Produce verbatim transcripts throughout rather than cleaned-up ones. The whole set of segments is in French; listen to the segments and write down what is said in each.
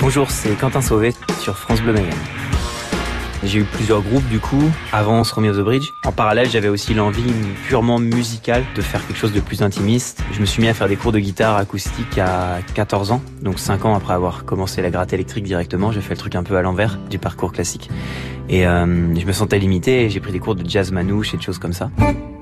Bonjour, c'est Quentin Sauvé sur France Bleu Mayenne. J'ai eu plusieurs groupes du coup, avant Romeo the Bridge. En parallèle, j'avais aussi l'envie purement musicale de faire quelque chose de plus intimiste. Je me suis mis à faire des cours de guitare acoustique à quatorze ans, donc cinq ans après avoir commencé la gratte électrique directement. J'ai fait le truc un peu à l'envers du parcours classique. Et euh, je me sentais limité et j'ai pris des cours de jazz manouche et de choses comme ça.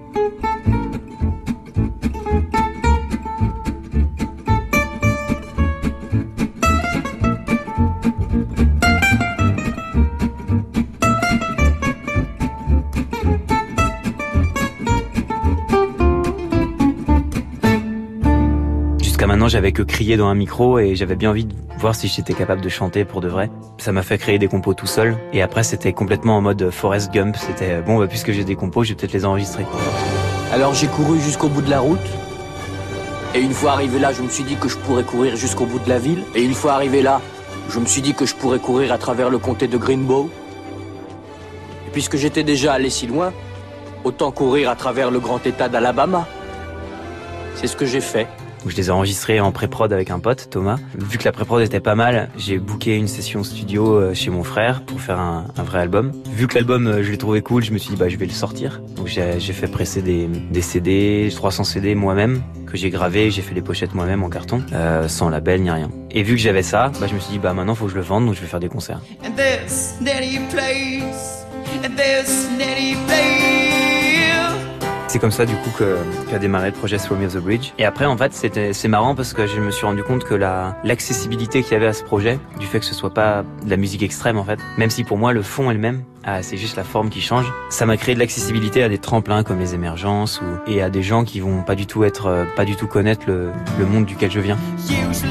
Jusqu'à maintenant, j'avais que crié dans un micro et j'avais bien envie de voir si j'étais capable de chanter pour de vrai. Ça m'a fait créer des compos tout seul. Et après, c'était complètement en mode Forrest Gump. C'était, bon, bah, puisque j'ai des compos, je vais peut-être les enregistrer. Alors j'ai couru jusqu'au bout de la route. Et une fois arrivé là, je me suis dit que je pourrais courir jusqu'au bout de la ville. Et une fois arrivé là, je me suis dit que je pourrais courir à travers le comté de Greenbow. Et puisque j'étais déjà allé si loin, autant courir à travers le grand état d'Alabama. C'est ce que j'ai fait. Donc, je les ai enregistrés en pré-prod avec un pote, Thomas. Vu que la pré-prod était pas mal, j'ai booké une session studio chez mon frère pour faire un, un vrai album. Vu que l'album, je l'ai trouvé cool, je me suis dit bah je vais le sortir. Donc j'ai, j'ai fait presser des, des C D, trois cents C D moi-même, que j'ai gravé, j'ai fait les pochettes moi-même en carton, euh, sans label ni rien. Et vu que j'avais ça, bah je me suis dit bah maintenant faut que je le vende, donc je vais faire des concerts. And this nitty place, and this nitty place. C'est comme ça du coup que, qu'a démarré le projet Romeo the Bridge. Et après en fait c'était, c'est marrant parce que je me suis rendu compte que la, l'accessibilité qu'il y avait à ce projet, du fait que ce soit pas de la musique extrême en fait, même si pour moi le fond est le même, ah, c'est juste la forme qui change, ça m'a créé de l'accessibilité à des tremplins comme les émergences ou, et à des gens qui vont pas du tout être, pas du tout connaître le, le monde duquel je viens. Usually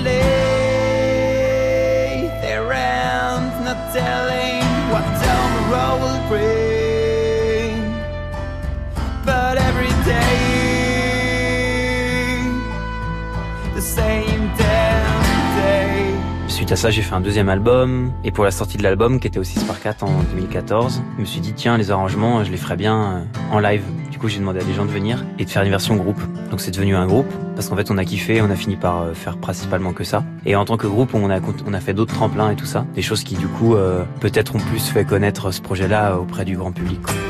they're around, not telling what tomorrow will bring, but every day the same damn day. Suite à ça, j'ai fait un deuxième album, et pour la sortie de l'album, qui était au six par quatre en deux mille quatorze, je me suis dit tiens, les arrangements, je les ferais bien en live. Du coup, j'ai demandé à des gens de venir et de faire une version groupe. Donc c'est devenu un groupe, parce qu'en fait on a kiffé, on a fini par faire principalement que ça. Et en tant que groupe, on a, on a fait d'autres tremplins et tout ça, des choses qui du coup euh, peut-être ont plus fait connaître ce projet-là auprès du grand public, quoi.